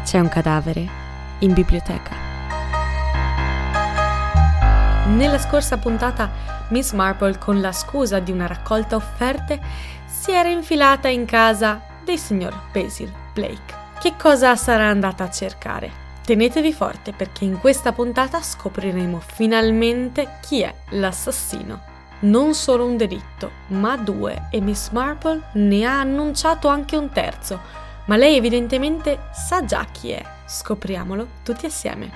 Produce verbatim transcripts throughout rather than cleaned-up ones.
C'è un cadavere in biblioteca. Nella scorsa puntata, Miss Marple, con la scusa di una raccolta offerte, si era infilata in casa del signor Basil Blake. Che cosa sarà andata a cercare? Tenetevi forte, perché in questa puntata scopriremo finalmente chi è l'assassino. Non solo un delitto, ma due, e Miss Marple ne ha annunciato anche un terzo. Ma lei evidentemente sa già chi è. Scopriamolo tutti assieme.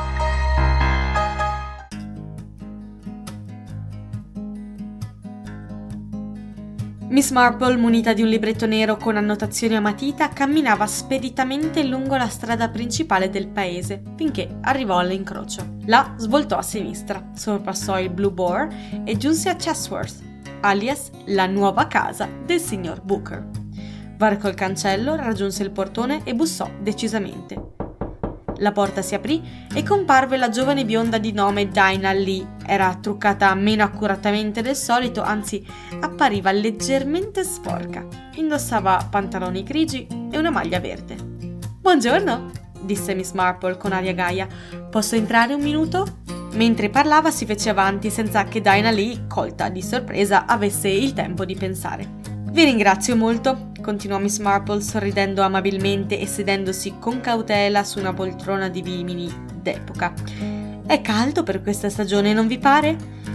Miss Marple, munita di un libretto nero con annotazioni a matita, camminava speditamente lungo la strada principale del paese, finché arrivò all'incrocio. Là svoltò a sinistra, sorpassò il Blue Boar e giunse a Chatsworth, alias la nuova casa del signor Booker. Varcò il cancello, raggiunse il portone e bussò decisamente. La porta si aprì e comparve la giovane bionda di nome Dinah Lee. Era truccata meno accuratamente del solito, anzi appariva leggermente sporca. Indossava pantaloni grigi e una maglia verde. «Buongiorno», disse Miss Marple con aria gaia. «Posso entrare un minuto?» Mentre parlava si fece avanti senza che Dinah Lee, colta di sorpresa, avesse il tempo di pensare. «Vi ringrazio molto», continuò Miss Marple sorridendo amabilmente e sedendosi con cautela su una poltrona di vimini d'epoca. «È caldo per questa stagione, non vi pare?»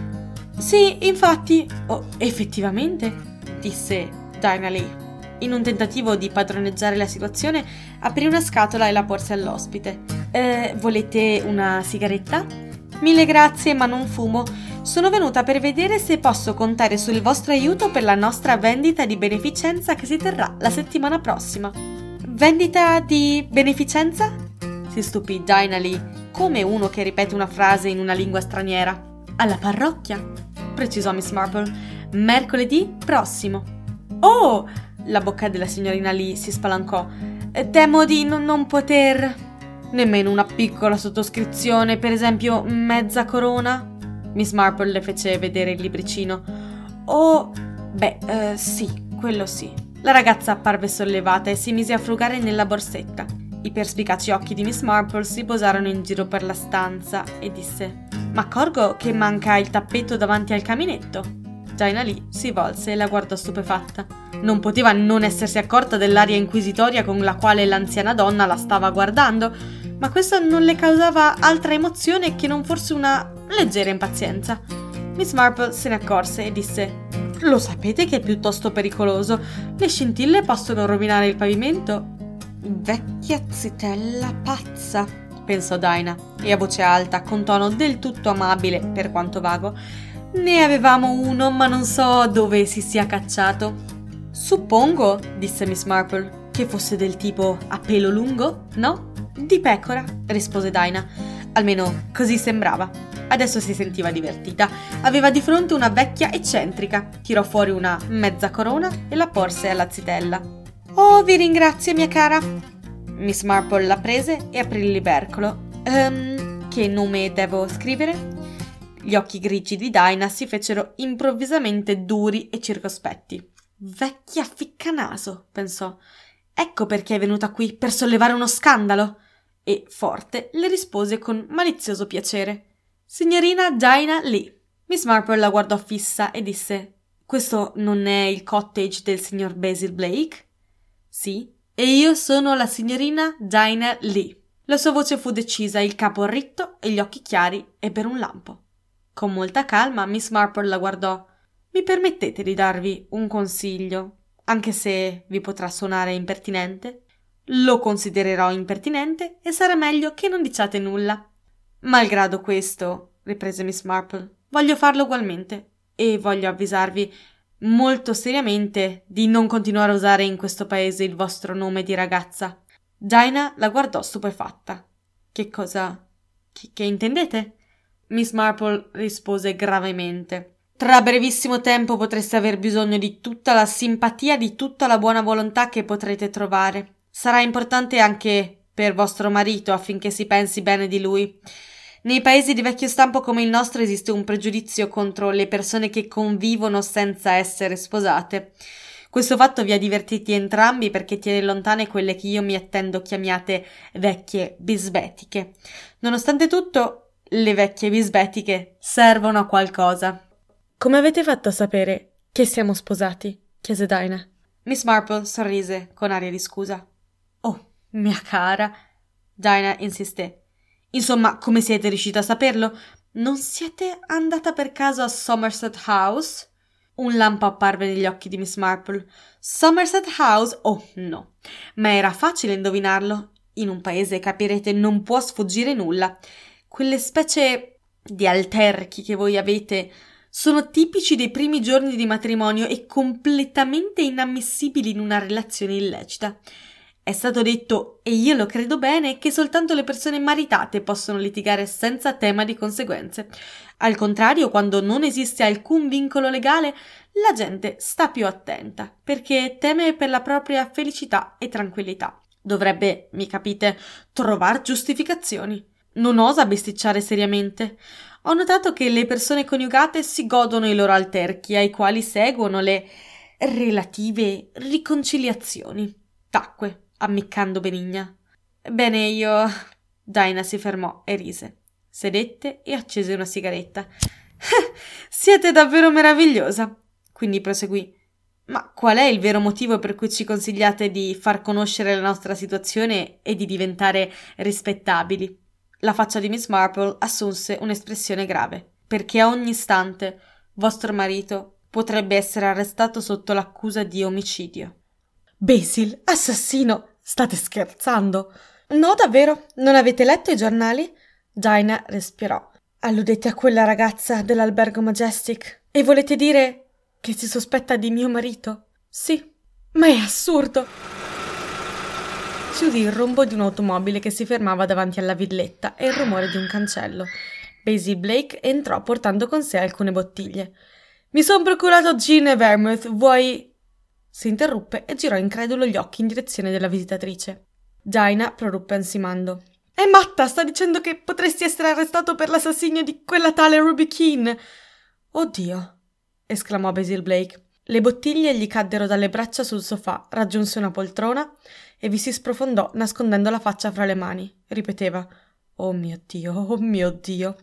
«Sì, infatti...» «Oh, effettivamente», disse Dinah Lee. In un tentativo di padroneggiare la situazione, aprì una scatola e la porse all'ospite. Eh, «Volete una sigaretta?» «Mille grazie, ma non fumo. Sono venuta per vedere se posso contare sul vostro aiuto per la nostra vendita di beneficenza che si terrà la settimana prossima». «Vendita di beneficenza?» si stupì Dinah Lee, come uno che ripete una frase in una lingua straniera. «Alla parrocchia», precisò Miss Marple. «Mercoledì prossimo». «Oh!» La bocca della signorina Lee si spalancò. «Temo di non, non poter...» «Nemmeno una piccola sottoscrizione, per esempio mezza corona?» Miss Marple le fece vedere il libricino. «Oh, beh, eh, sì, quello sì». La ragazza apparve sollevata e si mise a frugare nella borsetta. I perspicaci occhi di Miss Marple si posarono in giro per la stanza e disse: «Ma accorgo che manca il tappeto davanti al caminetto». Dinah Lee si volse e la guardò stupefatta. Non poteva non essersi accorta dell'aria inquisitoria con la quale l'anziana donna la stava guardando, ma questo non le causava altra emozione che non forse una leggera impazienza. Miss Marple se ne accorse e disse: «Lo sapete che è piuttosto pericoloso? Le scintille possono rovinare il pavimento». «Vecchia zitella pazza», pensò Dinah, e a voce alta, con tono del tutto amabile per quanto vago: «Ne avevamo uno, ma non so dove si sia cacciato». «Suppongo», disse Miss Marple, «che fosse del tipo a pelo lungo, no?» «Di pecora», rispose Dinah. Almeno così sembrava. Adesso si sentiva divertita. Aveva di fronte una vecchia eccentrica. Tirò fuori una mezza corona e la porse alla zitella. «Oh, vi ringrazio, mia cara». Miss Marple la prese e aprì il libercolo. Ehm, che nome devo scrivere?» Gli occhi grigi di Dinah si fecero improvvisamente duri e circospetti. «Vecchia ficcanaso», pensò. «Ecco perché è venuta qui, per sollevare uno scandalo». E, forte, le rispose con malizioso piacere: «Signorina Dinah Lee». Miss Marple la guardò fissa e disse: «Questo non è il cottage del signor Basil Blake?» «Sì, e io sono la signorina Dinah Lee». La sua voce fu decisa, il capo ritto e gli occhi chiari ebbero un lampo. Con molta calma Miss Marple la guardò. «Mi permettete di darvi un consiglio, anche se vi potrà suonare impertinente?» «Lo considererò impertinente e sarà meglio che non diciate nulla». «Malgrado questo», riprese Miss Marple, «voglio farlo ugualmente e voglio avvisarvi molto seriamente di non continuare a usare in questo paese il vostro nome di ragazza». Dinah la guardò stupefatta. «Che cosa? Che, che intendete?» Miss Marple rispose gravemente: «Tra brevissimo tempo potreste aver bisogno di tutta la simpatia, di tutta la buona volontà che potrete trovare. Sarà importante anche per vostro marito affinché si pensi bene di lui. Nei paesi di vecchio stampo come il nostro esiste un pregiudizio contro le persone che convivono senza essere sposate. Questo fatto vi ha divertiti entrambi perché tiene lontane quelle che io mi attendo chiamiate vecchie bisbetiche. Nonostante tutto, le vecchie bisbetiche servono a qualcosa. Come avete fatto a sapere che siamo sposati? Chiese Dinah. Miss Marple sorrise con aria di scusa. Oh, mia cara, Dinah insisté. Insomma, come siete riuscita a saperlo? Non siete andata per caso a Somerset House? Un lampo apparve negli occhi di Miss Marple. Somerset House? Oh, no. Ma era facile indovinarlo. In un paese, capirete, non può sfuggire nulla. Quelle specie di alterchi che voi avete sono tipici dei primi giorni di matrimonio e completamente inammissibili in una relazione illecita. È stato detto, e io lo credo bene, che soltanto le persone maritate possono litigare senza tema di conseguenze. Al contrario, quando non esiste alcun vincolo legale, la gente sta più attenta, perché teme per la propria felicità e tranquillità. Dovrebbe, mi capite, trovar giustificazioni. Non osa besticciare seriamente. Ho notato che le persone coniugate si godono i loro alterchi, ai quali seguono le relative riconciliazioni. Tacque, ammiccando benigna. Bene, io... Dinah si fermò e rise. Sedette e accese una sigaretta. Siete davvero meravigliosa. Quindi proseguì. Ma qual è il vero motivo per cui ci consigliate di far conoscere la nostra situazione e di diventare rispettabili? La faccia di Miss Marple assunse un'espressione grave. Perché a ogni istante vostro marito potrebbe essere arrestato sotto l'accusa di omicidio. Basil, assassino! State scherzando? No, davvero? Non avete letto i giornali? Dinah respirò. Alludete a quella ragazza dell'albergo Majestic? E volete dire che si sospetta di mio marito? Sì, ma è assurdo! Si udì il rombo di un'automobile che si fermava davanti alla villetta e il rumore di un cancello. Basil Blake entrò portando con sé alcune bottiglie. Mi son procurato gin e vermouth, vuoi... Si interruppe e girò incredulo gli occhi in direzione della visitatrice. Dinah proruppe ansimando. È matta, sta dicendo che potresti essere arrestato per l'assassinio di quella tale Ruby Keene. Oddio, esclamò Basil Blake. Le bottiglie gli caddero dalle braccia sul sofà, raggiunse una poltrona e vi si sprofondò nascondendo la faccia fra le mani. Ripeteva, oh mio Dio, oh mio Dio.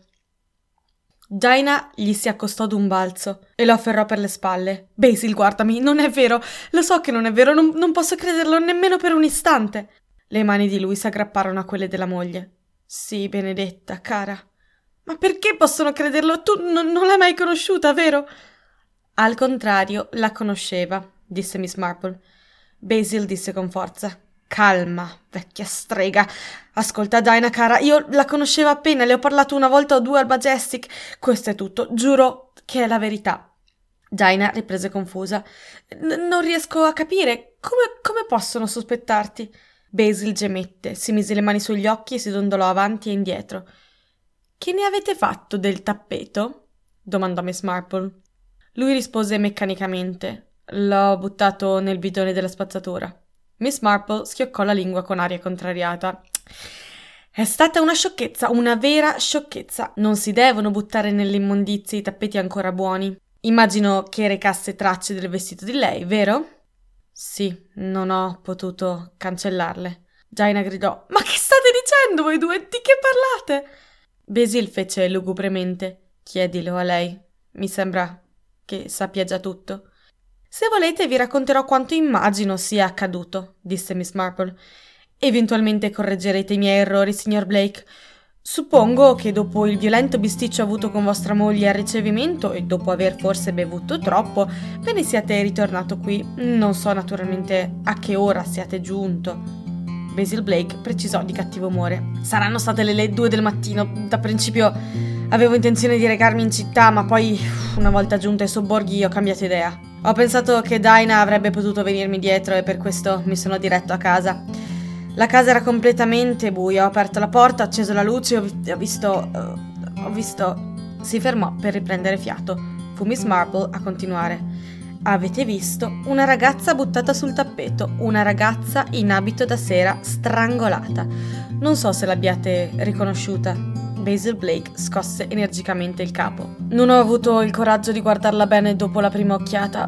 Dinah gli si accostò d'un balzo e lo afferrò per le spalle. Basil, guardami, non è vero, lo so che non è vero, non, non posso crederlo nemmeno per un istante. Le mani di lui s'aggrapparono a quelle della moglie. Sì, Benedetta, cara. Ma perché possono crederlo? Tu non, non l'hai mai conosciuta, vero? Al contrario, la conosceva, disse Miss Marple. Basil disse con forza. Calma, vecchia strega. Ascolta, Dinah, cara, io la conoscevo appena, le ho parlato una volta o due al Majestic. Questo è tutto, giuro che è la verità. Dinah riprese confusa. N- non riesco a capire. Come, come possono sospettarti? Basil gemette, si mise le mani sugli occhi e si dondolò avanti e indietro. Che ne avete fatto del tappeto? Domandò Miss Marple. Lui rispose meccanicamente. L'ho buttato nel bidone della spazzatura. Miss Marple schioccò la lingua con aria contrariata. È stata una sciocchezza, una vera sciocchezza. Non si devono buttare nelle immondizie i tappeti ancora buoni. Immagino che recasse tracce del vestito di lei, vero? Sì, non ho potuto cancellarle. Dinah gridò. Ma che state dicendo voi due? Di che parlate? Basil fece lugubremente. Chiedilo a lei. Mi sembra che sappia già tutto. Se volete vi racconterò quanto immagino sia accaduto, disse Miss Marple. Eventualmente correggerete i miei errori, signor Blake. Suppongo che dopo il violento bisticcio avuto con vostra moglie al ricevimento e dopo aver forse bevuto troppo, ve ne siate ritornato qui. Non so naturalmente a che ora siate giunto. Basil Blake precisò di cattivo umore. Saranno state le, le due del mattino. Da principio avevo intenzione di recarmi in città, ma poi, una volta giunto ai sobborghi, ho cambiato idea. Ho pensato che Dinah avrebbe potuto venirmi dietro e per questo mi sono diretto a casa. La casa era completamente buia, ho aperto la porta, ho acceso la luce e ho, vi- ho visto... Uh, ho visto... Si fermò per riprendere fiato. Fu Miss Marple a continuare. Avete visto una ragazza buttata sul tappeto, una ragazza in abito da sera strangolata. Non so se l'abbiate riconosciuta. Basil Blake scosse energicamente il capo. Non ho avuto il coraggio di guardarla bene dopo la prima occhiata.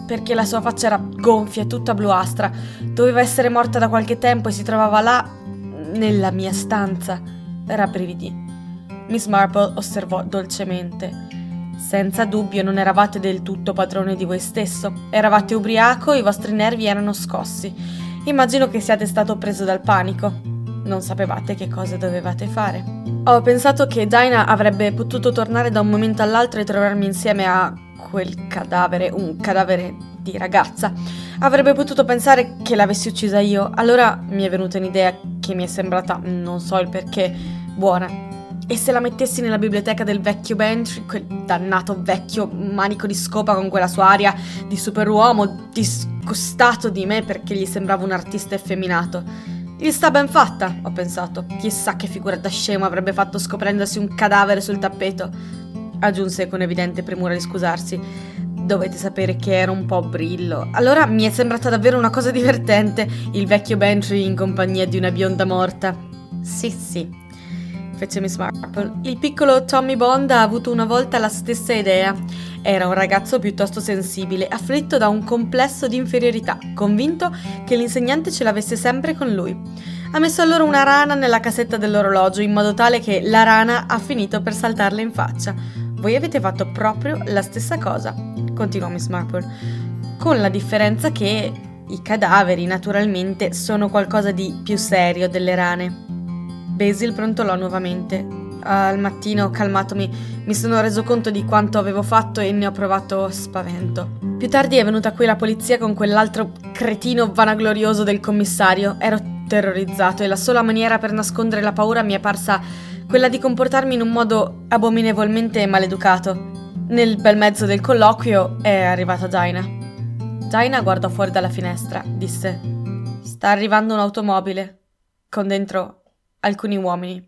perché la sua faccia era gonfia e tutta bluastra. Doveva essere morta da qualche tempo e si trovava là, nella mia stanza. Rabbrividì. Miss Marple osservò dolcemente. Senza dubbio non eravate del tutto padrone di voi stesso. Eravate ubriaco e i vostri nervi erano scossi. Immagino che siate stato preso dal panico. Non sapevate che cosa dovevate fare. Ho pensato che Dinah avrebbe potuto tornare da un momento all'altro e trovarmi insieme a quel cadavere, un cadavere di ragazza. Avrebbe potuto pensare che l'avessi uccisa io. Allora mi è venuta un'idea che mi è sembrata, non so il perché, buona. E se la mettessi nella biblioteca del vecchio Bantry, quel dannato vecchio manico di scopa con quella sua aria di superuomo, disgustato di me perché gli sembrava un artista effeminato. Gli sta ben fatta, ho pensato. Chissà che figura da scemo avrebbe fatto scoprendosi un cadavere sul tappeto. Aggiunse con evidente premura di scusarsi. Dovete sapere che ero un po' brillo. Allora mi è sembrata davvero una cosa divertente, il vecchio Bantry in compagnia di una bionda morta. Sì, sì, fece Miss Marple. Il piccolo Tommy Bond ha avuto una volta la stessa idea. Era un ragazzo piuttosto sensibile, afflitto da un complesso di inferiorità, convinto che l'insegnante ce l'avesse sempre con lui. Ha messo allora una rana nella cassetta dell'orologio, in modo tale che la rana ha finito per saltarle in faccia. Voi avete fatto proprio la stessa cosa, continuò Miss Marple, con la differenza che i cadaveri, naturalmente, sono qualcosa di più serio delle rane. Basil brontolò nuovamente. Al mattino, calmatomi, mi sono reso conto di quanto avevo fatto e ne ho provato spavento. Più tardi è venuta qui la polizia con quell'altro cretino vanaglorioso del commissario. Ero terrorizzato e la sola maniera per nascondere la paura mi è parsa quella di comportarmi in un modo abominevolmente maleducato. Nel bel mezzo del colloquio è arrivata Dinah. Dinah guardò fuori dalla finestra, disse: «Sta arrivando un'automobile, con dentro alcuni uomini».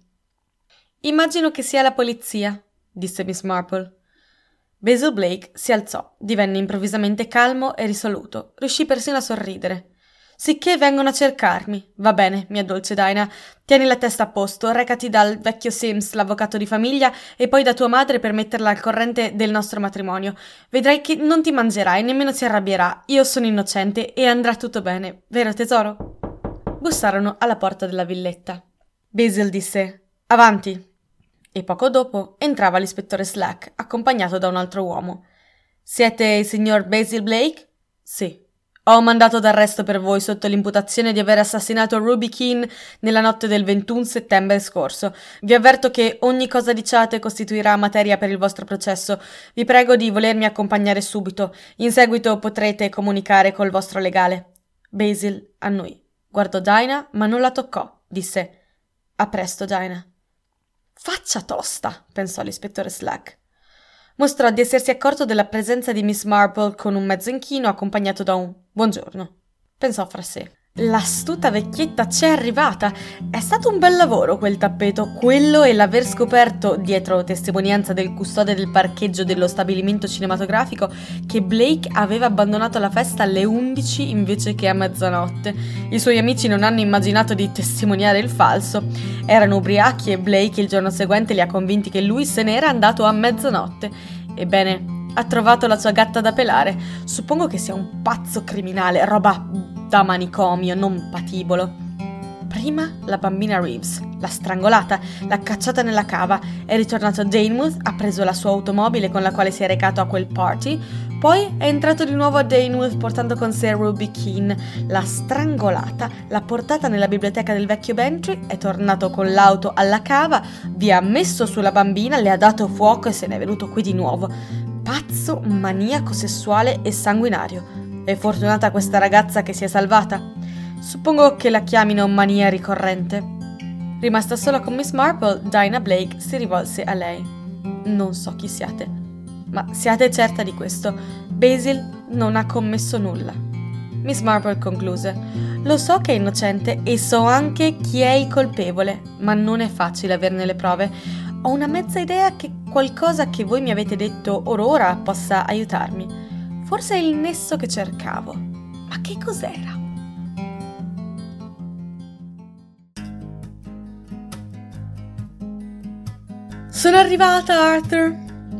«Immagino che sia la polizia», disse Miss Marple. Basil Blake si alzò, divenne improvvisamente calmo e risoluto, riuscì persino a sorridere. «Sicché vengono a cercarmi. Va bene, mia dolce Dinah, tieni la testa a posto, recati dal vecchio Sims, l'avvocato di famiglia, e poi da tua madre per metterla al corrente del nostro matrimonio. Vedrai che non ti mangerà e nemmeno si arrabbierà. Io sono innocente e andrà tutto bene, vero tesoro?» Bussarono alla porta della villetta. Basil disse: «Avanti!» E poco dopo entrava l'ispettore Slack, accompagnato da un altro uomo. «Siete il signor Basil Blake?» «Sì. Ho un mandato d'arresto per voi sotto l'imputazione di aver assassinato Ruby Keene nella notte del ventuno settembre scorso. Vi avverto che ogni cosa diciate costituirà materia per il vostro processo. Vi prego di volermi accompagnare subito. In seguito potrete comunicare col vostro legale». Basil annui. Guardò Dinah, ma non la toccò. Disse: «A presto, Dinah». «Faccia tosta», pensò l'ispettore Slack. Mostrò di essersi accorto della presenza di Miss Marple con un mezzo inchino accompagnato da un «buongiorno». Pensò fra sé: «L'astuta vecchietta c'è arrivata. È stato un bel lavoro quel tappeto, quello e l'aver scoperto, dietro testimonianza del custode del parcheggio dello stabilimento cinematografico, che Blake aveva abbandonato la festa alle undici invece che a mezzanotte. I suoi amici non hanno immaginato di testimoniare il falso. Erano ubriachi e Blake il giorno seguente li ha convinti che lui se n'era andato a mezzanotte. Ebbene, ha trovato la sua gatta da pelare. Suppongo che sia un pazzo criminale, roba da manicomio, non patibolo. Prima la bambina Reeves, l'ha strangolata, l'ha cacciata nella cava, è ritornato a Danemouth, ha preso la sua automobile con la quale si è recato a quel party, poi è entrato di nuovo a Danemouth portando con sé Ruby Keene, l'ha strangolata, l'ha portata nella biblioteca del vecchio Bantry, è tornato con l'auto alla cava, vi ha messo sulla bambina, le ha dato fuoco e se n'è venuto qui di nuovo. Pazzo, maniaco sessuale e sanguinario. È fortunata questa ragazza che si è salvata. Suppongo che la chiamino mania ricorrente». Rimasta sola con Miss Marple, Dinah Blake si rivolse a lei. «Non so chi siate, ma siate certa di questo: Basil non ha commesso nulla». Miss Marple concluse: «Lo so che è innocente e so anche chi è il colpevole, ma non è facile averne le prove. Ho una mezza idea che qualcosa che voi mi avete detto or ora possa aiutarmi. Forse è il nesso che cercavo. Ma che cos'era?» «Sono arrivata, Arthur!»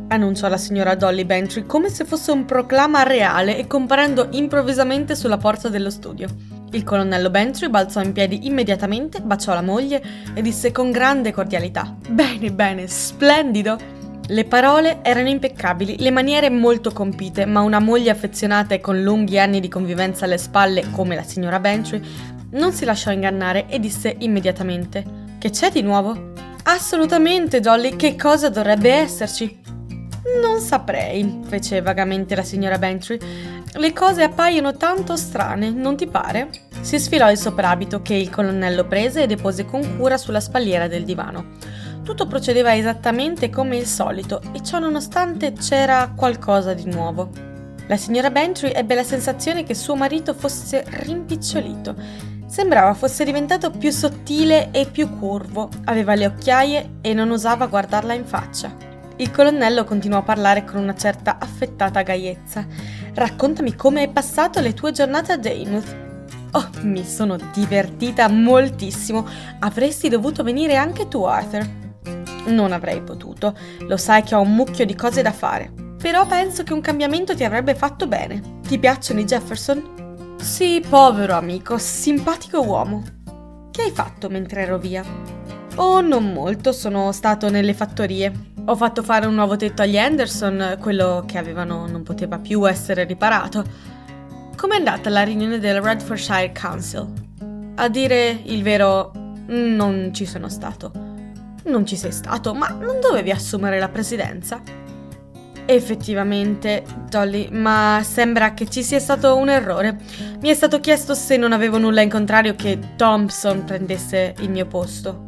annunciò la signora Dolly Bantry come se fosse un proclama reale e comparendo improvvisamente sulla porta dello studio. Il colonnello Bantry balzò in piedi immediatamente, baciò la moglie e disse con grande cordialità: «Bene, bene, splendido!» Le parole erano impeccabili, le maniere molto compite, ma una moglie affezionata e con lunghi anni di convivenza alle spalle, come la signora Bantry, non si lasciò ingannare e disse immediatamente: «Che c'è di nuovo?» «Assolutamente, Dolly, che cosa dovrebbe esserci?» «Non saprei», fece vagamente la signora Bantry. «Le cose appaiono tanto strane, non ti pare?» Si sfilò il soprabito che il colonnello prese e depose con cura sulla spalliera del divano. Tutto procedeva esattamente come il solito e ciò nonostante c'era qualcosa di nuovo. La signora Bantry ebbe la sensazione che suo marito fosse rimpicciolito. Sembrava fosse diventato più sottile e più curvo, aveva le occhiaie e non osava guardarla in faccia. Il colonnello continuò a parlare con una certa affettata gaiezza. «Raccontami come è passato le tue giornate a Weymouth». «Oh, mi sono divertita moltissimo. Avresti dovuto venire anche tu, Arthur». «Non avrei potuto. Lo sai che ho un mucchio di cose da fare. Però penso che un cambiamento ti avrebbe fatto bene. Ti piacciono i Jefferson?» «Sì, povero amico, simpatico uomo». «Che hai fatto mentre ero via?» «Oh, non molto. Sono stato nelle fattorie. Ho fatto fare un nuovo tetto agli Anderson, quello che avevano non poteva più essere riparato». «Com'è andata la riunione del Redfordshire Council?» «A dire il vero, non ci sono stato». «Non ci sei stato? Ma non dovevi assumere la presidenza?» «Effettivamente, Dolly, ma sembra che ci sia stato un errore. Mi è stato chiesto se non avevo nulla in contrario che Thompson prendesse il mio posto».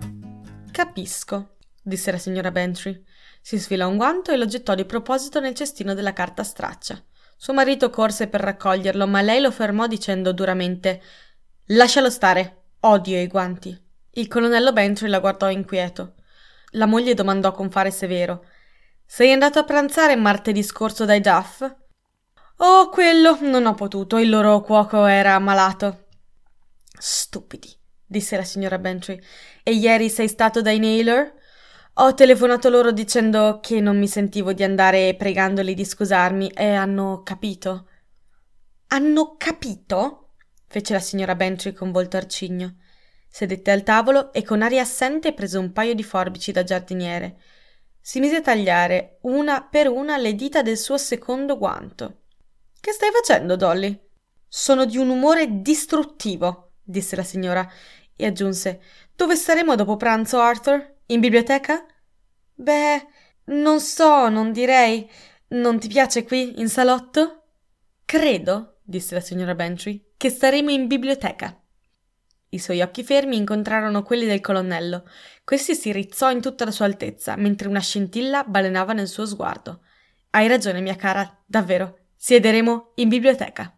«Capisco», disse la signora Bantry. Si sfilò un guanto e lo gettò di proposito nel cestino della carta straccia. Suo marito corse per raccoglierlo, ma lei lo fermò dicendo duramente: «Lascialo stare, odio i guanti». Il colonnello Bantry la guardò inquieto. La moglie domandò con fare severo: «Sei andato a pranzare martedì scorso dai Duff?» «Oh, quello, non ho potuto, il loro cuoco era malato». «Stupidi», disse la signora Bantry. «E ieri sei stato dai Naylor?» «Ho telefonato loro dicendo che non mi sentivo di andare e pregandoli di scusarmi e hanno capito». «Hanno capito?» fece la signora Bantry con volto arcigno. Sedette al tavolo e con aria assente prese un paio di forbici da giardiniere. Si mise a tagliare una per una le dita del suo secondo guanto. «Che stai facendo, Dolly?» «Sono di un umore distruttivo», disse la signora e aggiunse: «Dove staremo dopo pranzo, Arthur? In biblioteca?» «Beh, non so, non direi. Non ti piace qui, in salotto?» «Credo», disse la signora Bantry, «che staremo in biblioteca». I suoi occhi fermi incontrarono quelli del colonnello. Questi si rizzò in tutta la sua altezza, mentre una scintilla balenava nel suo sguardo. «Hai ragione, mia cara, davvero. Siederemo in biblioteca».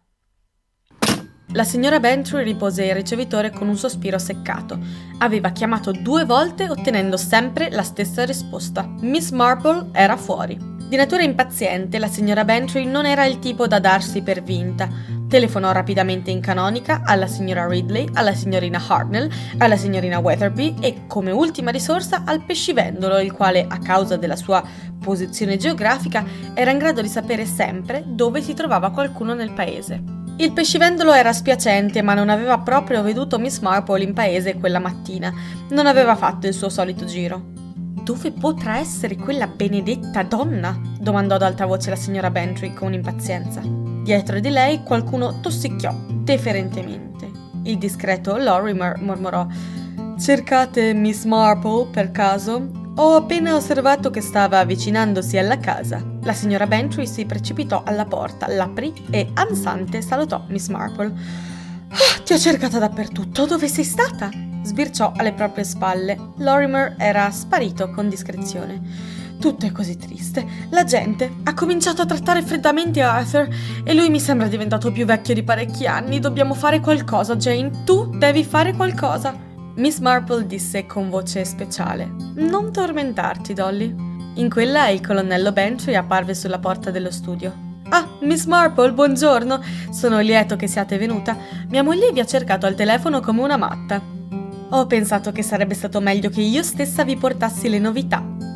La signora Bantry ripose il ricevitore con un sospiro seccato. Aveva chiamato due volte ottenendo sempre la stessa risposta. Miss Marple era fuori. Di natura impaziente, la signora Bantry non era il tipo da darsi per vinta. Telefonò rapidamente in canonica alla signora Ridley, alla signorina Hartnell, alla signorina Weatherby e, come ultima risorsa, al pescivendolo, il quale, a causa della sua posizione geografica, era in grado di sapere sempre dove si trovava qualcuno nel paese. Il pescivendolo era spiacente, ma non aveva proprio veduto Miss Marple in paese quella mattina. Non aveva fatto il suo solito giro. «Dove potrà essere quella benedetta donna?» domandò ad alta voce la signora Bantry con impazienza. Dietro di lei qualcuno tossicchiò deferentemente. Il discreto Lorimer mormorò: «Cercate Miss Marple, per caso? Ho appena osservato che stava avvicinandosi alla casa». La signora Bantry si precipitò alla porta, l'aprì e, ansante, salutò Miss Marple. «Ah, ti ho cercata dappertutto, dove sei stata?» Sbirciò alle proprie spalle. Lorimer era sparito con discrezione. «Tutto è così triste. La gente ha cominciato a trattare freddamente Arthur e lui mi sembra diventato più vecchio di parecchi anni. Dobbiamo fare qualcosa, Jane. Tu devi fare qualcosa». Miss Marple disse con voce speciale: «Non tormentarti, Dolly». In quella il colonnello Bantry apparve sulla porta dello studio. «Ah, Miss Marple, buongiorno. Sono lieto che siate venuta. Mia moglie vi ha cercato al telefono come una matta. Ho pensato che sarebbe stato meglio che io stessa vi portassi le novità».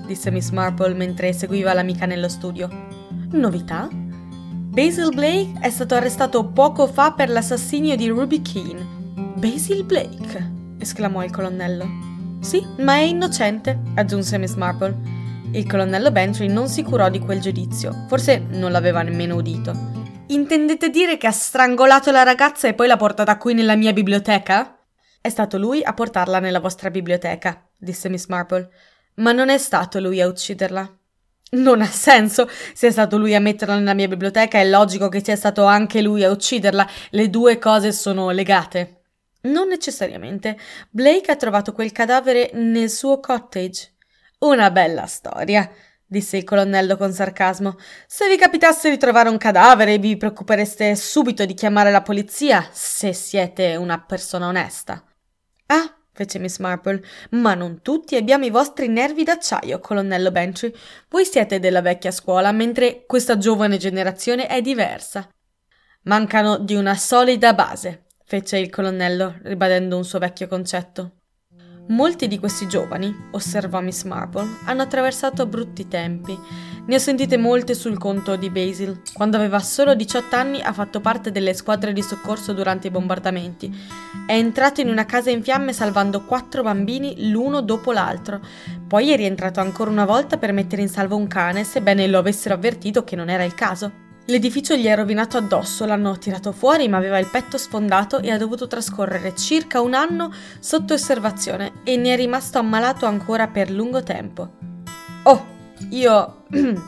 disse Miss Marple mentre seguiva l'amica nello studio. Novità? Basil Blake è stato arrestato poco fa per l'assassinio di Ruby Keene. Basil Blake? Esclamò il colonnello. Sì, ma è innocente, aggiunse Miss Marple. Il colonnello Bantry non si curò di quel giudizio, forse non l'aveva nemmeno udito. Intendete dire che ha strangolato la ragazza e poi l'ha portata qui nella mia biblioteca? È stato lui a portarla nella vostra biblioteca, disse Miss Marple. Ma non è stato lui a ucciderla. Non ha senso. Se è stato lui a metterla nella mia biblioteca, è logico che sia stato anche lui a ucciderla. Le due cose sono legate. Non necessariamente. Blake ha trovato quel cadavere nel suo cottage. Una bella storia, disse il colonnello con sarcasmo. Se vi capitasse di trovare un cadavere, vi preoccupereste subito di chiamare la polizia, se siete una persona onesta. Ah, fece Miss Marple, ma non tutti abbiamo i vostri nervi d'acciaio, colonnello Bantry. Voi siete della vecchia scuola, mentre questa giovane generazione è diversa. Mancano di una solida base, fece il colonnello, ribadendo un suo vecchio concetto. Molti di questi giovani, osservò Miss Marple, hanno attraversato brutti tempi. Ne ho sentite molte sul conto di Basil. Quando aveva solo diciotto anni ha fatto parte delle squadre di soccorso durante i bombardamenti. È entrato in una casa in fiamme salvando quattro bambini l'uno dopo l'altro. Poi è rientrato ancora una volta per mettere in salvo un cane, sebbene lo avessero avvertito che non era il caso. L'edificio gli è rovinato addosso, l'hanno tirato fuori ma aveva il petto sfondato e ha dovuto trascorrere circa un anno sotto osservazione e ne è rimasto ammalato ancora per lungo tempo. Oh, io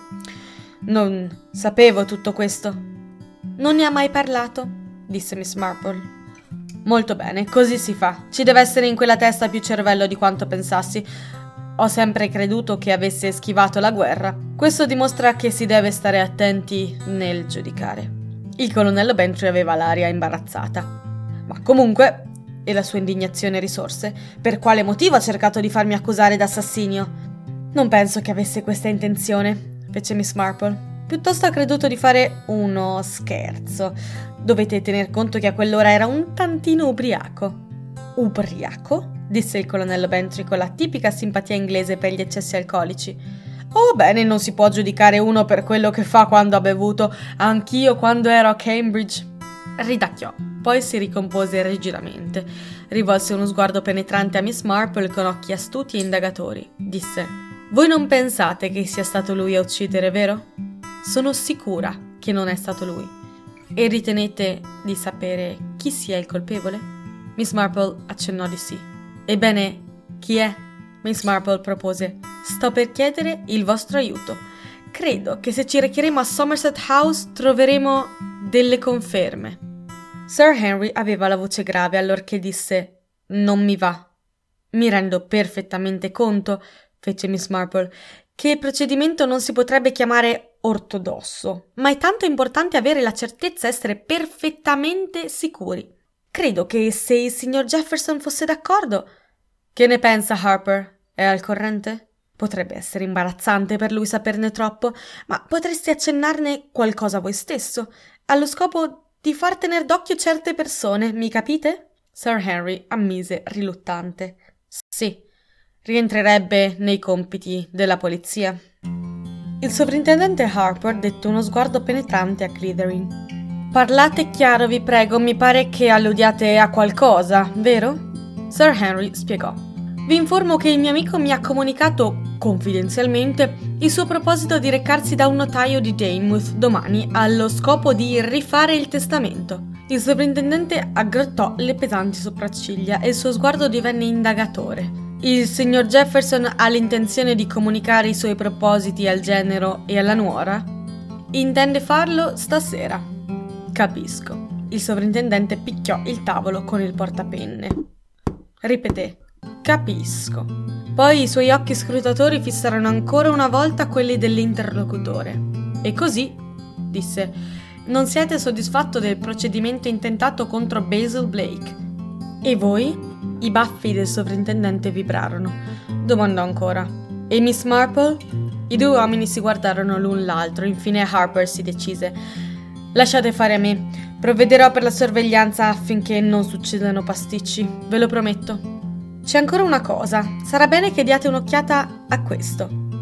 non sapevo tutto questo. Non ne ha mai parlato, disse Miss Marple. Molto bene, così si fa. Ci deve essere in quella testa più cervello di quanto pensassi. Ho sempre creduto che avesse schivato la guerra. Questo dimostra che si deve stare attenti nel giudicare. Il colonnello Bantry aveva l'aria imbarazzata. Ma comunque, e la sua indignazione risorse, per quale motivo ha cercato di farmi accusare d'assassinio? Non penso che avesse questa intenzione, fece Miss Marple. Piuttosto ha creduto di fare uno scherzo. Dovete tener conto che a quell'ora era un tantino ubriaco. Ubriaco? Disse il colonnello Bantry con la tipica simpatia inglese per gli eccessi alcolici. Oh bene, non si può giudicare uno per quello che fa quando ha bevuto. Anch'io quando ero a Cambridge. Ridacchiò, poi si ricompose rigidamente. Rivolse uno sguardo penetrante a Miss Marple con occhi astuti e indagatori. Disse: voi non pensate che sia stato lui a uccidere, vero? Sono sicura che non è stato lui. E ritenete di sapere chi sia il colpevole? Miss Marple accennò di sì. Ebbene, chi è? Miss Marple propose. Sto per chiedere il vostro aiuto. Credo che se ci recheremo a Somerset House troveremo delle conferme. Sir Henry aveva la voce grave allorché disse: non mi va. Mi rendo perfettamente conto, fece Miss Marple, che il procedimento non si potrebbe chiamare ortodosso, ma è tanto importante avere la certezza di essere perfettamente sicuri. Credo che se il signor Jefferson fosse d'accordo... Che ne pensa Harper? È al corrente? Potrebbe essere imbarazzante per lui saperne troppo, ma potreste accennarne qualcosa voi stesso, allo scopo di far tener d'occhio certe persone, mi capite? Sir Henry ammise riluttante. Sì, rientrerebbe nei compiti della polizia. Il sovrintendente Harper dette uno sguardo penetrante a Clithering. Parlate chiaro, vi prego, mi pare che alludiate a qualcosa, vero? Sir Henry spiegò. Vi informo che il mio amico mi ha comunicato, confidenzialmente, il suo proposito di recarsi da un notaio di Weymouth domani allo scopo di rifare il testamento. Il sovrintendente aggrottò le pesanti sopracciglia e il suo sguardo divenne indagatore. Il signor Jefferson ha l'intenzione di comunicare i suoi propositi al genero e alla nuora? Intende farlo stasera. Capisco. Il sovrintendente picchiò il tavolo con il portapenne. Ripeté. Capisco. Poi i suoi occhi scrutatori fissarono ancora una volta quelli dell'interlocutore. E così, disse, non siete soddisfatto del procedimento intentato contro Basil Blake. E voi? I baffi del sovrintendente vibrarono. Domandò ancora. E Miss Marple? I due uomini si guardarono l'un l'altro, infine Harper si decise. Lasciate fare a me. Provvederò per la sorveglianza affinché non succedano pasticci, ve lo prometto. C'è ancora una cosa, sarà bene che diate un'occhiata a questo.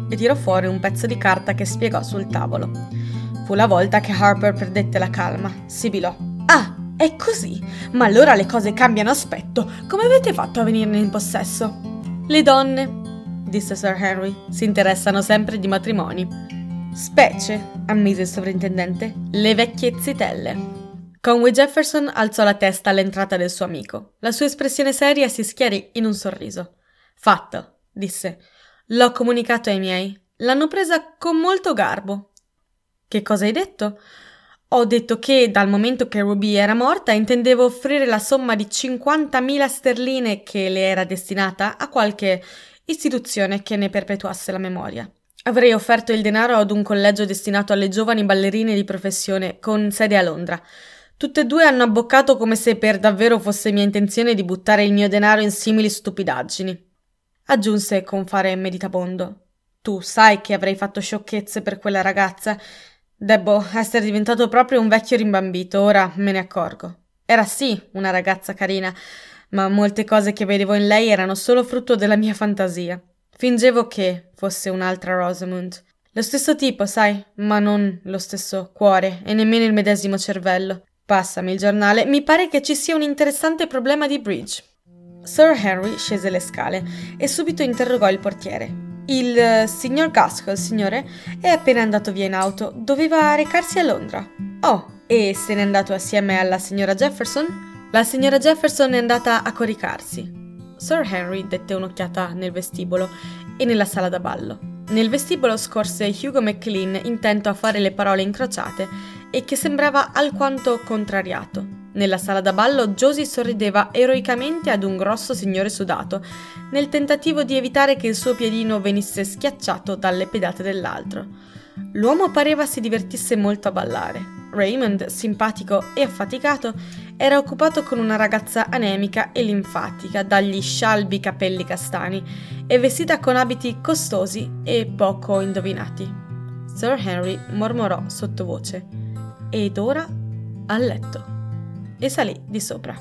e tirò fuori un pezzo di carta che spiegò sul tavolo. Fu la volta che Harper perdette la calma, sibilò. «Ah, è così? Ma allora le cose cambiano aspetto. Come avete fatto a venirne in possesso?» «Le donne», disse Sir Henry, «si interessano sempre di matrimoni». «Specie», ammise il sovrintendente, «le vecchie zitelle». Conway Jefferson alzò la testa all'entrata del suo amico. La sua espressione seria si schiarì in un sorriso. «Fatto», disse. «L'ho comunicato ai miei. L'hanno presa con molto garbo». «Che cosa hai detto?» «Ho detto che, dal momento che Ruby era morta, intendevo offrire la somma di cinquantamila sterline che le era destinata a qualche istituzione che ne perpetuasse la memoria. Avrei offerto il denaro ad un collegio destinato alle giovani ballerine di professione, con sede a Londra. Tutte e due hanno abboccato come se per davvero fosse mia intenzione di buttare il mio denaro in simili stupidaggini». Aggiunse con fare meditabondo. «Tu sai che avrei fatto sciocchezze per quella ragazza. Debbo essere diventato proprio un vecchio rimbambito, ora me ne accorgo. Era sì una ragazza carina, ma molte cose che vedevo in lei erano solo frutto della mia fantasia. Fingevo che fosse un'altra Rosamund. Lo stesso tipo, sai, ma non lo stesso cuore e nemmeno il medesimo cervello. Passami il giornale, mi pare che ci sia un interessante problema di bridge». Sir Henry scese le scale e subito interrogò il portiere. «Il uh, signor Gaskell, signore, è appena andato via in auto. Doveva recarsi a Londra». «Oh, e se n'è andato assieme alla signora Jefferson?» «La signora Jefferson è andata a coricarsi». Sir Henry dette un'occhiata nel vestibolo e nella sala da ballo. Nel vestibolo scorse Hugo McLean intento a fare le parole incrociate e che sembrava alquanto contrariato. Nella sala da ballo Josie sorrideva eroicamente ad un grosso signore sudato, nel tentativo di evitare che il suo piedino venisse schiacciato dalle pedate dell'altro. L'uomo pareva si divertisse molto a ballare. Raymond, simpatico e affaticato, era occupato con una ragazza anemica e linfatica dagli scialbi capelli castani e vestita con abiti costosi e poco indovinati. Sir Henry mormorò sottovoce: «Ed ora a letto», e salì di sopra.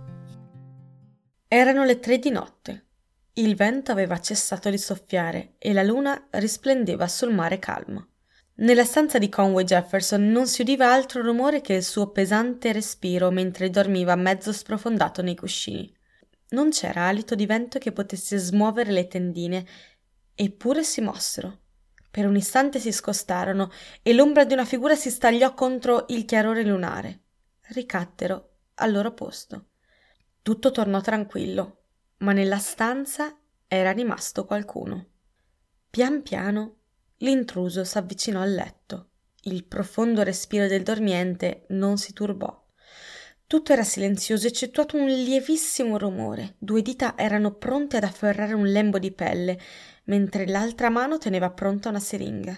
Erano le tre di notte. Il vento aveva cessato di soffiare e la luna risplendeva sul mare calmo. Nella stanza di Conway Jefferson non si udiva altro rumore che il suo pesante respiro mentre dormiva mezzo sprofondato nei cuscini. Non c'era alito di vento che potesse smuovere le tendine, eppure si mossero. Per un istante si scostarono e l'ombra di una figura si stagliò contro il chiarore lunare. Ricaddero al loro posto. Tutto tornò tranquillo, ma nella stanza era rimasto qualcuno. Pian piano l'intruso s'avvicinò al letto. Il profondo respiro del dormiente non si turbò. Tutto era silenzioso, eccettuato un lievissimo rumore. Due dita erano pronte ad afferrare un lembo di pelle, mentre l'altra mano teneva pronta una siringa.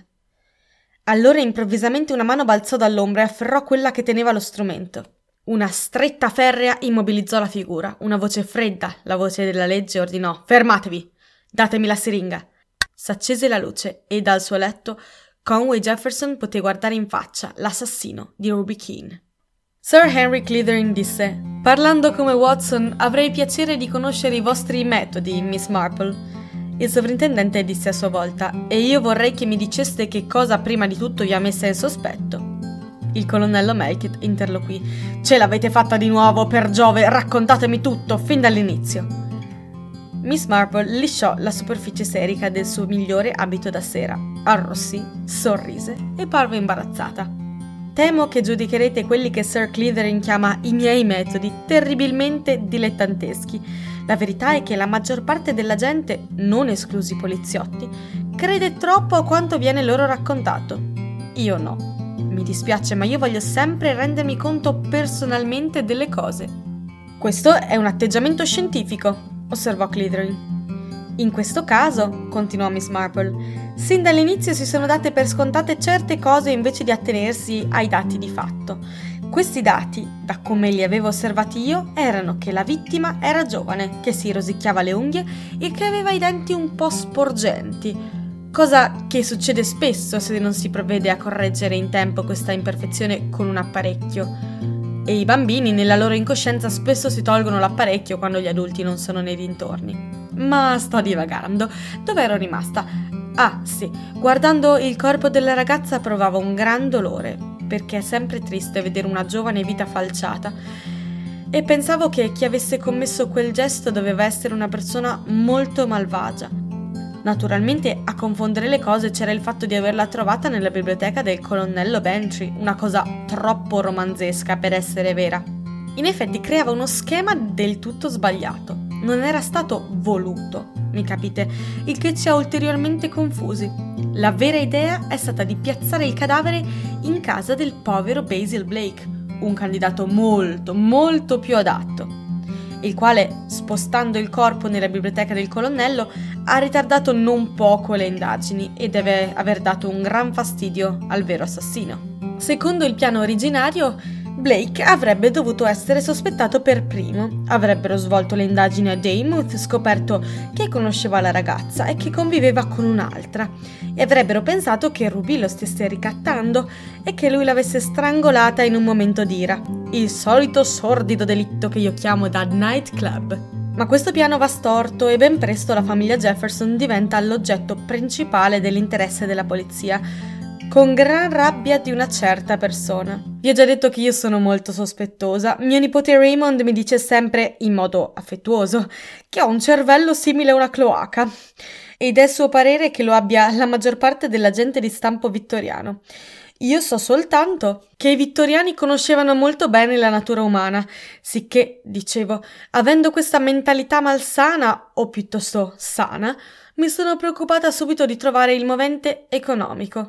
Allora improvvisamente una mano balzò dall'ombra e afferrò quella che teneva lo strumento. Una stretta ferrea immobilizzò la figura. Una voce fredda, la voce della legge, ordinò: «Fermatevi! Datemi la siringa!» S'accese la luce e dal suo letto Conway Jefferson poté guardare in faccia l'assassino di Ruby Keene. Sir Henry Clithering disse: «Parlando come Watson, avrei piacere di conoscere i vostri metodi, Miss Marple». Il sovrintendente disse a sua volta: «E io vorrei che mi diceste che cosa prima di tutto vi ha messa in sospetto». Il colonnello Melkett interloquì: «Ce l'avete fatta di nuovo, per Giove, raccontatemi tutto, fin dall'inizio». Miss Marple lisciò la superficie serica del suo migliore abito da sera, arrossì, sorrise e parve imbarazzata. «Temo che giudicherete quelli che Sir Clithering chiama i miei metodi terribilmente dilettanteschi. La verità è che la maggior parte della gente, non esclusi i poliziotti, crede troppo a quanto viene loro raccontato. Io no. Mi dispiace, ma io voglio sempre rendermi conto personalmente delle cose». «Questo è un atteggiamento scientifico», osservò Clithering. «In questo caso», continuò Miss Marple, «sin dall'inizio si sono date per scontate certe cose invece di attenersi ai dati di fatto. Questi dati, da come li avevo osservati io, erano che la vittima era giovane, che si rosicchiava le unghie e che aveva i denti un po' sporgenti, cosa che succede spesso se non si provvede a correggere in tempo questa imperfezione con un apparecchio. E i bambini nella loro incoscienza spesso si tolgono l'apparecchio quando gli adulti non sono nei dintorni. Ma sto divagando. Dove ero rimasta? Ah, sì, guardando il corpo della ragazza provavo un gran dolore, perché è sempre triste vedere una giovane vita falciata. E pensavo che chi avesse commesso quel gesto doveva essere una persona molto malvagia. Naturalmente, a confondere le cose c'era il fatto di averla trovata nella biblioteca del colonnello Bantry, una cosa troppo romanzesca per essere vera. In effetti creava uno schema del tutto sbagliato. Non era stato voluto, mi capite, il che ci ha ulteriormente confusi. La vera idea è stata di piazzare il cadavere in casa del povero Basil Blake, un candidato molto, molto più adatto, il quale, spostando il corpo nella biblioteca del colonnello, ha ritardato non poco le indagini e deve aver dato un gran fastidio al vero assassino. Secondo il piano originario, Blake avrebbe dovuto essere sospettato per primo. Avrebbero svolto le indagini a Weymouth, scoperto che conosceva la ragazza e che conviveva con un'altra, e avrebbero pensato che Ruby lo stesse ricattando e che lui l'avesse strangolata in un momento d'ira. Il solito sordido delitto che io chiamo da nightclub. Ma questo piano va storto e ben presto la famiglia Jefferson diventa l'oggetto principale dell'interesse della polizia, con gran rabbia di una certa persona. Vi ho già detto che io sono molto sospettosa. Mio nipote Raymond mi dice sempre, in modo affettuoso, che ho un cervello simile a una cloaca, ed è suo parere che lo abbia la maggior parte della gente di stampo vittoriano. Io so soltanto che i vittoriani conoscevano molto bene la natura umana, sicché, dicevo, avendo questa mentalità malsana, o piuttosto sana, mi sono preoccupata subito di trovare il movente economico.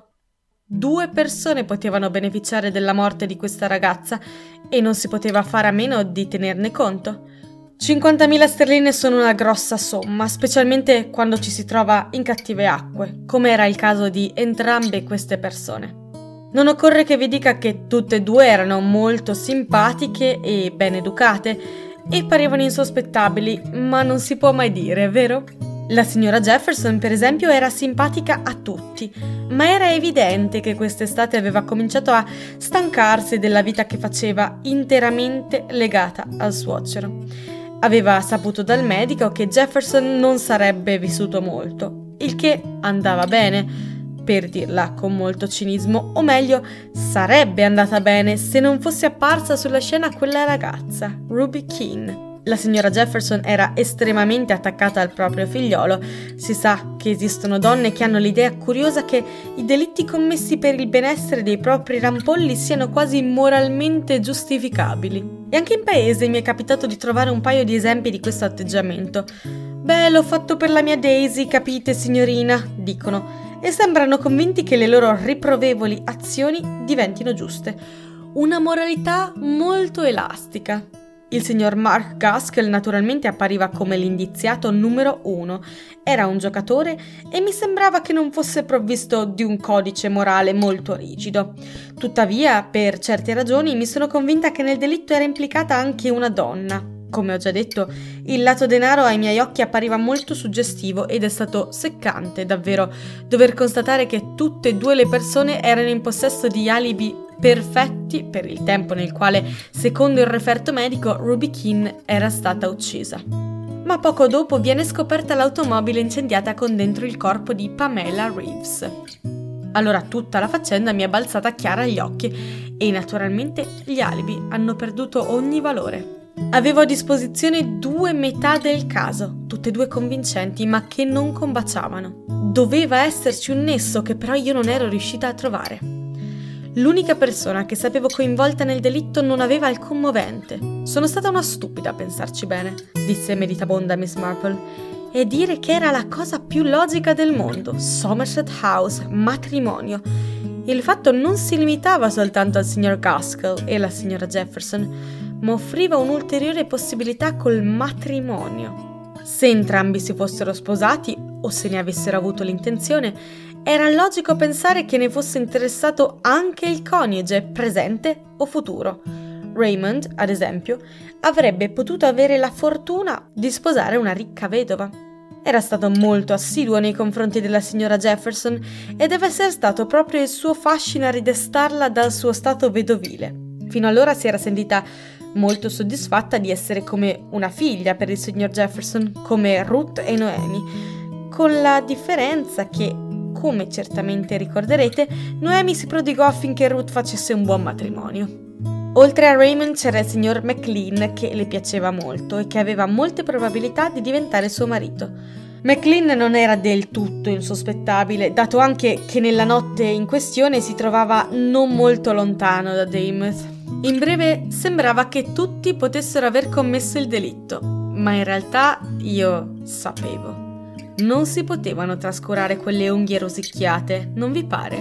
Due persone potevano beneficiare della morte di questa ragazza e non si poteva fare a meno di tenerne conto. cinquantamila sterline sono una grossa somma, specialmente quando ci si trova in cattive acque, come era il caso di entrambe queste persone. Non occorre che vi dica che tutte e due erano molto simpatiche e ben educate e parevano insospettabili, ma non si può mai dire, vero? La signora Jefferson, per esempio, era simpatica a tutti, ma era evidente che quest'estate aveva cominciato a stancarsi della vita che faceva, interamente legata al suocero. Aveva saputo dal medico che Jefferson non sarebbe vissuto molto, il che andava bene, per dirla con molto cinismo, o meglio, sarebbe andata bene se non fosse apparsa sulla scena quella ragazza, Ruby Keene. La signora Jefferson era estremamente attaccata al proprio figliolo. Si sa che esistono donne che hanno l'idea curiosa che i delitti commessi per il benessere dei propri rampolli siano quasi moralmente giustificabili. E anche in paese mi è capitato di trovare un paio di esempi di questo atteggiamento. «Beh, l'ho fatto per la mia Daisy, capite, signorina?» dicono, e sembrano convinti che le loro riprovevoli azioni diventino giuste. Una moralità molto elastica. Il signor Mark Gaskell naturalmente appariva come l'indiziato numero uno. Era un giocatore e mi sembrava che non fosse provvisto di un codice morale molto rigido. Tuttavia, per certe ragioni, mi sono convinta che nel delitto era implicata anche una donna. Come ho già detto, il lato denaro ai miei occhi appariva molto suggestivo ed è stato seccante, davvero, dover constatare che tutte e due le persone erano in possesso di alibi perfetti per il tempo nel quale, secondo il referto medico, Ruby Keene era stata uccisa. Ma poco dopo viene scoperta l'automobile incendiata con dentro il corpo di Pamela Reeves. Allora tutta la faccenda mi è balzata chiara agli occhi e naturalmente gli alibi hanno perduto ogni valore. Avevo a disposizione due metà del caso, tutte e due convincenti, ma che non combaciavano. Doveva esserci un nesso che però io non ero riuscita a trovare. L'unica persona che sapevo coinvolta nel delitto non aveva alcun movente. Sono stata una stupida a pensarci bene, disse meditabonda Miss Marple, e dire che era la cosa più logica del mondo. Somerset House, matrimonio. Il fatto non si limitava soltanto al signor Gaskell e alla signora Jefferson, ma offriva un'ulteriore possibilità col matrimonio. Se entrambi si fossero sposati, o se ne avessero avuto l'intenzione, era logico pensare che ne fosse interessato anche il coniuge, presente o futuro. Raymond, ad esempio, avrebbe potuto avere la fortuna di sposare una ricca vedova. Era stato molto assiduo nei confronti della signora Jefferson e deve essere stato proprio il suo fascino a ridestarla dal suo stato vedovile. Fino allora si era sentita molto soddisfatta di essere come una figlia per il signor Jefferson, come Ruth e Noemi, con la differenza che come certamente ricorderete, Noemi si prodigò affinché Ruth facesse un buon matrimonio. Oltre a Raymond c'era il signor McLean, che le piaceva molto e che aveva molte probabilità di diventare suo marito. McLean non era del tutto insospettabile, dato anche che nella notte in questione si trovava non molto lontano da Weymouth. In breve, sembrava che tutti potessero aver commesso il delitto, ma in realtà io sapevo. Non si potevano trascurare quelle unghie rosicchiate, non vi pare?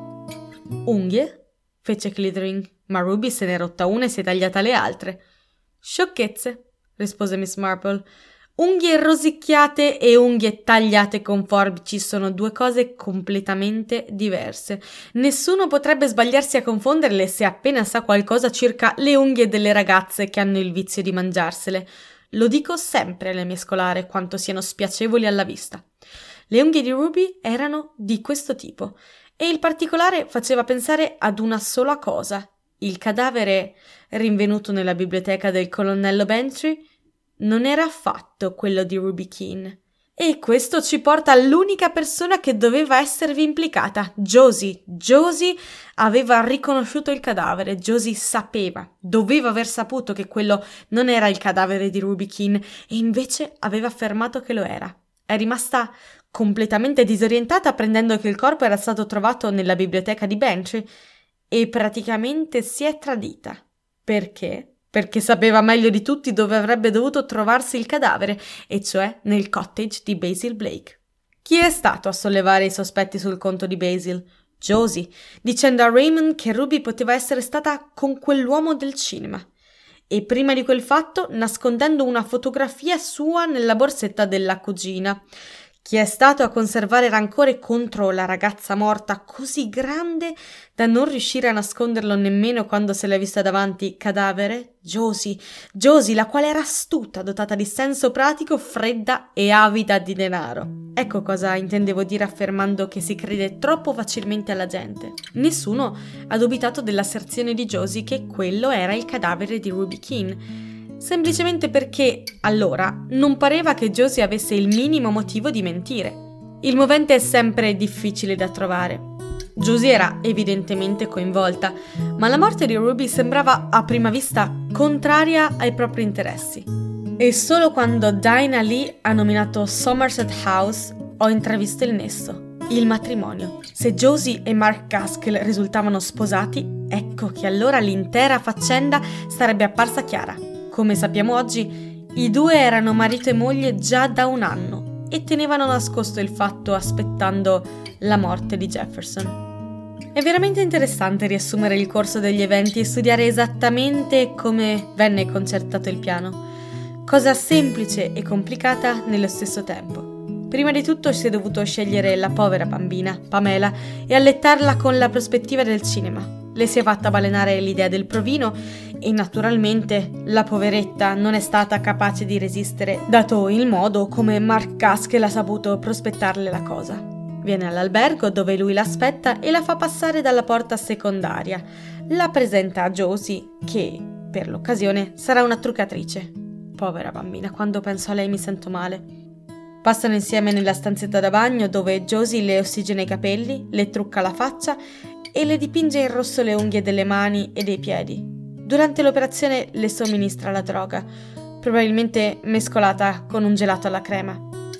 Unghie? Fece Clithering, ma Ruby se n'è rotta una e si è tagliata le altre. Sciocchezze, rispose Miss Marple. Unghie rosicchiate e unghie tagliate con forbici sono due cose completamente diverse. Nessuno potrebbe sbagliarsi a confonderle se appena sa qualcosa circa le unghie delle ragazze che hanno il vizio di mangiarsele. Lo dico sempre alle mie scolare quanto siano spiacevoli alla vista. Le unghie di Ruby erano di questo tipo e il particolare faceva pensare ad una sola cosa. Il cadavere rinvenuto nella biblioteca del colonnello Bantry non era affatto quello di Ruby Keene. E questo ci porta all'unica persona che doveva esservi implicata, Josie. Josie aveva riconosciuto il cadavere, Josie sapeva, doveva aver saputo che quello non era il cadavere di Ruby Keene e invece aveva affermato che lo era. È rimasta completamente disorientata apprendendo che il corpo era stato trovato nella biblioteca di Bantry e praticamente si è tradita. Perché? Perché sapeva meglio di tutti dove avrebbe dovuto trovarsi il cadavere, e cioè nel cottage di Basil Blake. Chi è stato a sollevare i sospetti sul conto di Basil? Josie, dicendo a Raymond che Ruby poteva essere stata con quell'uomo del cinema. E prima di quel fatto nascondendo una fotografia sua nella borsetta della cugina. Chi è stato a conservare rancore contro la ragazza morta così grande da non riuscire a nasconderlo nemmeno quando se l'è vista davanti? Cadavere? Josie. Josie, la quale era astuta, dotata di senso pratico, fredda e avida di denaro. Ecco cosa intendevo dire affermando che si crede troppo facilmente alla gente. Nessuno ha dubitato dell'asserzione di Josie che quello era il cadavere di Ruby Keene. Semplicemente perché, allora, non pareva che Josie avesse il minimo motivo di mentire. Il movente è sempre difficile da trovare. Josie era evidentemente coinvolta, ma la morte di Ruby sembrava a prima vista contraria ai propri interessi. E solo quando Dinah Lee ha nominato Somerset House ho intravisto il nesso, il matrimonio. Se Josie e Mark Gaskell risultavano sposati, ecco che allora l'intera faccenda sarebbe apparsa chiara. Come sappiamo oggi, i due erano marito e moglie già da un anno e tenevano nascosto il fatto aspettando la morte di Jefferson. È veramente interessante riassumere il corso degli eventi e studiare esattamente come venne concertato il piano. Cosa semplice e complicata nello stesso tempo. Prima di tutto si è dovuto scegliere la povera bambina, Pamela, e allettarla con la prospettiva del cinema. Le si è fatta balenare l'idea del provino e naturalmente la poveretta non è stata capace di resistere, dato il modo come Mark Gaskell ha saputo prospettarle la cosa. Viene all'albergo dove lui l'aspetta e la fa passare dalla porta secondaria. La presenta a Josie, che per l'occasione sarà una truccatrice. Povera bambina, quando penso a lei mi sento male. Passano insieme nella stanzetta da bagno dove Josie le ossigena i capelli, le trucca la faccia e le dipinge in rosso le unghie delle mani e dei piedi. Durante l'operazione le somministra la droga, probabilmente mescolata con un gelato alla crema.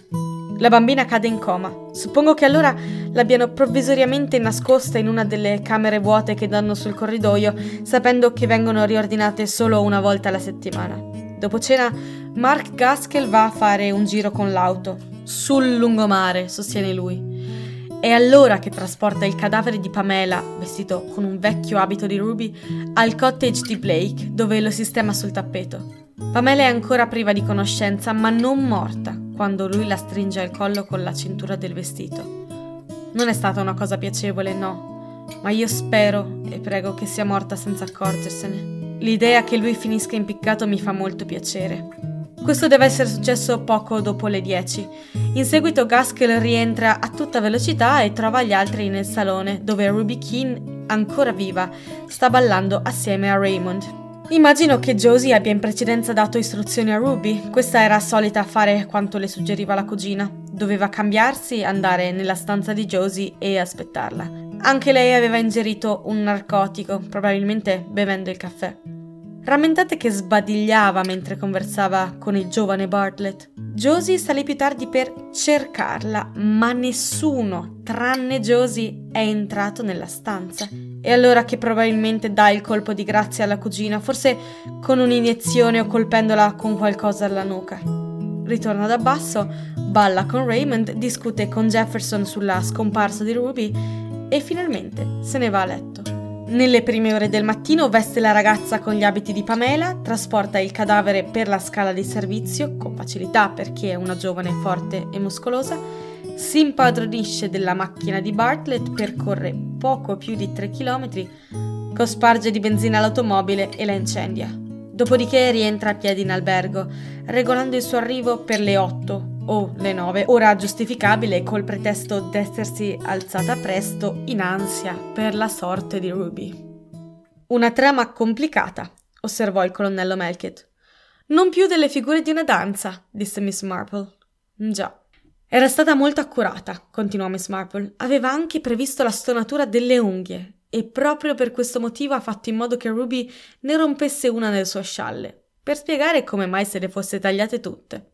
La bambina cade in coma. Suppongo che allora l'abbiano provvisoriamente nascosta in una delle camere vuote che danno sul corridoio, sapendo che vengono riordinate solo una volta alla settimana. Dopo cena, Mark Gaskell va a fare un giro con l'auto. Sul lungomare, sostiene lui. È allora che trasporta il cadavere di Pamela, vestito con un vecchio abito di Ruby, al cottage di Blake, dove lo sistema sul tappeto. Pamela è ancora priva di conoscenza, ma non morta, quando lui la stringe al collo con la cintura del vestito. Non è stata una cosa piacevole, no, ma io spero e prego che sia morta senza accorgersene. L'idea che lui finisca impiccato mi fa molto piacere. Questo deve essere successo poco dopo le dieci. In seguito Gaskell rientra a tutta velocità e trova gli altri nel salone, dove Ruby Keene, ancora viva, sta ballando assieme a Raymond. Immagino che Josie abbia in precedenza dato istruzioni a Ruby. Questa era solita fare quanto le suggeriva la cugina. Doveva cambiarsi, andare nella stanza di Josie e aspettarla. Anche lei aveva ingerito un narcotico, probabilmente bevendo il caffè. Rammentate che sbadigliava mentre conversava con il giovane Bartlett. Josie salì più tardi per cercarla, ma nessuno, tranne Josie, è entrato nella stanza. E allora che probabilmente dà il colpo di grazia alla cugina, forse con un'iniezione o colpendola con qualcosa alla nuca. Ritorna da basso, balla con Raymond, discute con Jefferson sulla scomparsa di Ruby e finalmente se ne va a letto. Nelle prime ore del mattino veste la ragazza con gli abiti di Pamela, trasporta il cadavere per la scala di servizio, con facilità perché è una giovane forte e muscolosa, si impadronisce della macchina di Bartlett, percorre poco più di tre chilometri, cosparge di benzina l'automobile e la incendia. Dopodiché rientra a piedi in albergo, regolando il suo arrivo per le otto o le nove, ora giustificabile col pretesto d'essersi alzata presto in ansia per la sorte di Ruby. Una trama complicata, osservò il colonnello Melkett. Non più delle figure di una danza, disse Miss Marple. Già. Era stata molto accurata, continuò Miss Marple. Aveva anche previsto la stonatura delle unghie e proprio per questo motivo ha fatto in modo che Ruby ne rompesse una nel suo scialle, per spiegare come mai se le fosse tagliate tutte.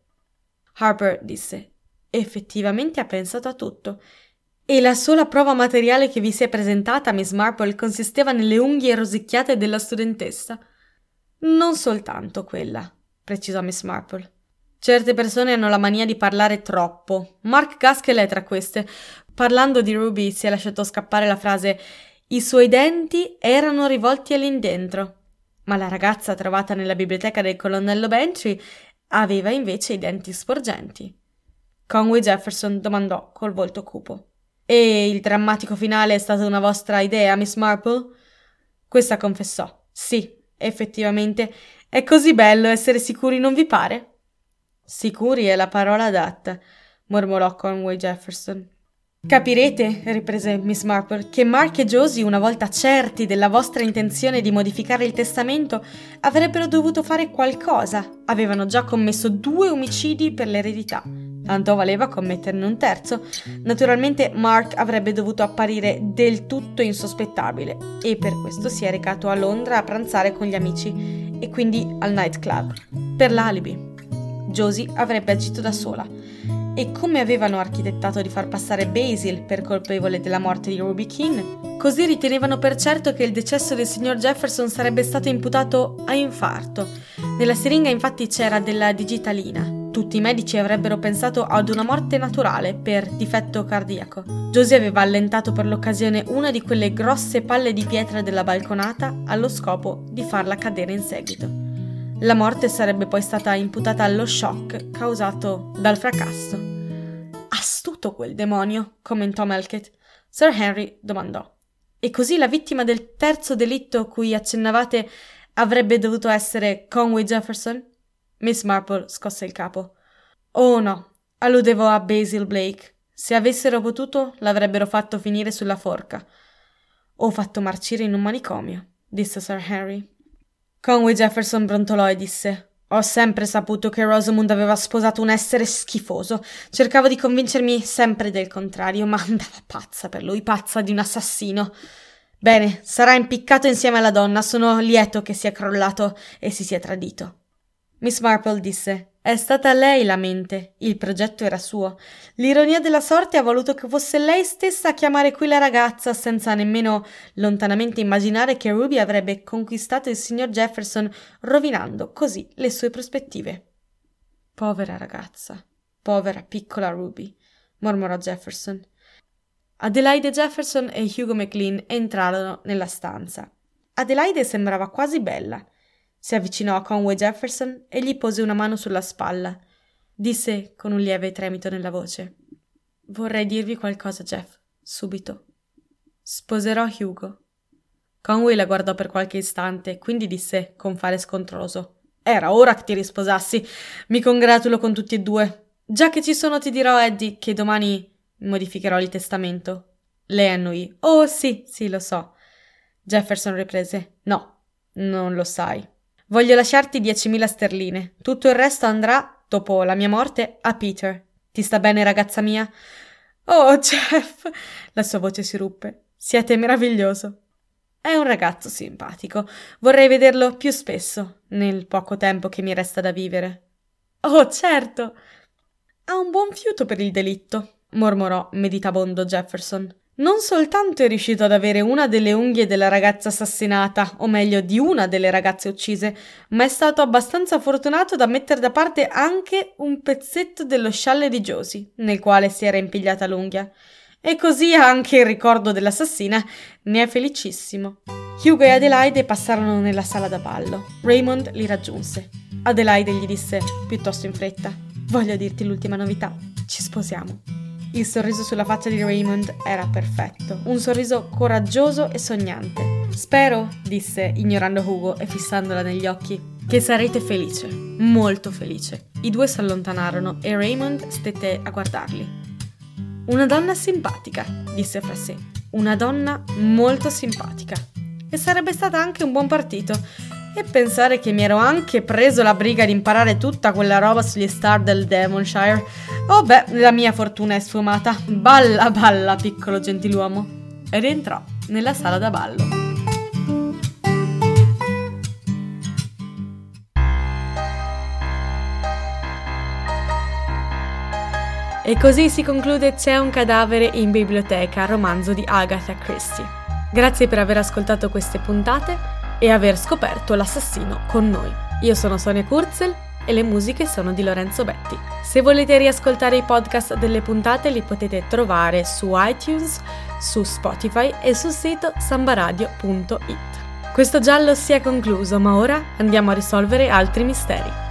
Harper disse: effettivamente ha pensato a tutto. E la sola prova materiale che vi si è presentata, Miss Marple, consisteva nelle unghie rosicchiate della studentessa. Non soltanto quella, precisò Miss Marple. Certe persone hanno la mania di parlare troppo. Mark Gaskell è tra queste. Parlando di Ruby si è lasciato scappare la frase «I suoi denti erano rivolti all'indentro». Ma la ragazza trovata nella biblioteca del colonnello Bantry aveva invece i denti sporgenti. Conway Jefferson domandò col volto cupo. «E il drammatico finale è stata una vostra idea, Miss Marple?» Questa confessò. «Sì, effettivamente. È così bello essere sicuri, non vi pare?» «Sicuri è la parola adatta», mormorò Conway Jefferson. «Capirete», riprese Miss Marple, «che Mark e Josie, una volta certi della vostra intenzione di modificare il testamento, avrebbero dovuto fare qualcosa. Avevano già commesso due omicidi per l'eredità. Tanto valeva commetterne un terzo. Naturalmente Mark avrebbe dovuto apparire del tutto insospettabile e per questo si è recato a Londra a pranzare con gli amici e quindi al nightclub, per l'alibi. Josie avrebbe agito da sola. E come avevano architettato di far passare Basil per colpevole della morte di Ruby Keene, così ritenevano per certo che il decesso del signor Jefferson sarebbe stato imputato a infarto. Nella siringa infatti c'era della digitalina. Tutti i medici avrebbero pensato ad una morte naturale per difetto cardiaco. Josie aveva allentato per l'occasione una di quelle grosse palle di pietra della balconata allo scopo di farla cadere in seguito. La morte sarebbe poi stata imputata allo shock causato dal fracasso. «Astuto quel demonio», commentò Melkett. Sir Henry domandò: «E così la vittima del terzo delitto cui accennavate avrebbe dovuto essere Conway Jefferson?» Miss Marple scosse il capo. «Oh no, alludevo a Basil Blake. Se avessero potuto l'avrebbero fatto finire sulla forca. O fatto marcire in un manicomio», disse Sir Henry. Conway Jefferson brontolò e disse: «Ho sempre saputo che Rosamund aveva sposato un essere schifoso. Cercavo di convincermi sempre del contrario, ma andava pazza per lui, pazza di un assassino. Bene, sarà impiccato insieme alla donna. Sono lieto che sia crollato e si sia tradito». Miss Marple disse: «È stata lei la mente. Il progetto era suo. L'ironia della sorte ha voluto che fosse lei stessa a chiamare qui la ragazza, senza nemmeno lontanamente immaginare che Ruby avrebbe conquistato il signor Jefferson, rovinando così le sue prospettive». «Povera ragazza, povera piccola Ruby», mormorò Jefferson. Adelaide Jefferson e Hugo McLean entrarono nella stanza. Adelaide sembrava quasi bella. Si avvicinò a Conway Jefferson e gli pose una mano sulla spalla. Disse con un lieve tremito nella voce: «Vorrei dirvi qualcosa, Jeff, subito. Sposerò Hugo». Conway la guardò per qualche istante, quindi disse con fare scontroso: «Era ora che ti risposassi. Mi congratulo con tutti e due. Già che ci sono ti dirò, Eddie, che domani modificherò il testamento». Lei annuì. «Oh sì, sì, lo so». Jefferson riprese: «No, non lo sai». Voglio lasciarti diecimila sterline. Tutto il resto andrà, dopo la mia morte, a Peter. Ti sta bene, ragazza mia? Oh, Jeff! La sua voce si ruppe. Siete meraviglioso. È un ragazzo simpatico. Vorrei vederlo più spesso, nel poco tempo che mi resta da vivere. Oh, certo! Ha un buon fiuto per il delitto, mormorò meditabondo Jefferson. Non soltanto è riuscito ad avere una delle unghie della ragazza assassinata, o meglio di una delle ragazze uccise, ma è stato abbastanza fortunato da mettere da parte anche un pezzetto dello scialle di Josie, nel quale si era impigliata l'unghia. E così anche il ricordo dell'assassina ne è felicissimo. Hugo e Adelaide passarono nella sala da ballo. Raymond li raggiunse. Adelaide gli disse, piuttosto in fretta, «Voglio dirti l'ultima novità. Ci sposiamo». Il sorriso sulla faccia di Raymond era perfetto, un sorriso coraggioso e sognante. «Spero», disse, ignorando Hugo e fissandola negli occhi, «che sarete felice, molto felice». I due si allontanarono e Raymond stette a guardarli. «Una donna simpatica», disse fra sé, «una donna molto simpatica. E sarebbe stata anche un buon partito. E pensare che mi ero anche preso la briga di imparare tutta quella roba sugli star del Devonshire. Oh beh, la mia fortuna è sfumata. Balla, balla, piccolo gentiluomo». E rientrò nella sala da ballo. E così si conclude C'è un cadavere in biblioteca, romanzo di Agatha Christie. Grazie per aver ascoltato queste puntate e aver scoperto l'assassino con noi. Io sono Sonia Kurzel e le musiche sono di Lorenzo Betti. Se volete riascoltare i podcast delle puntate li potete trovare su iTunes, su Spotify e sul sito sambaradio punto it. Questo giallo si è concluso, ma ora andiamo a risolvere altri misteri.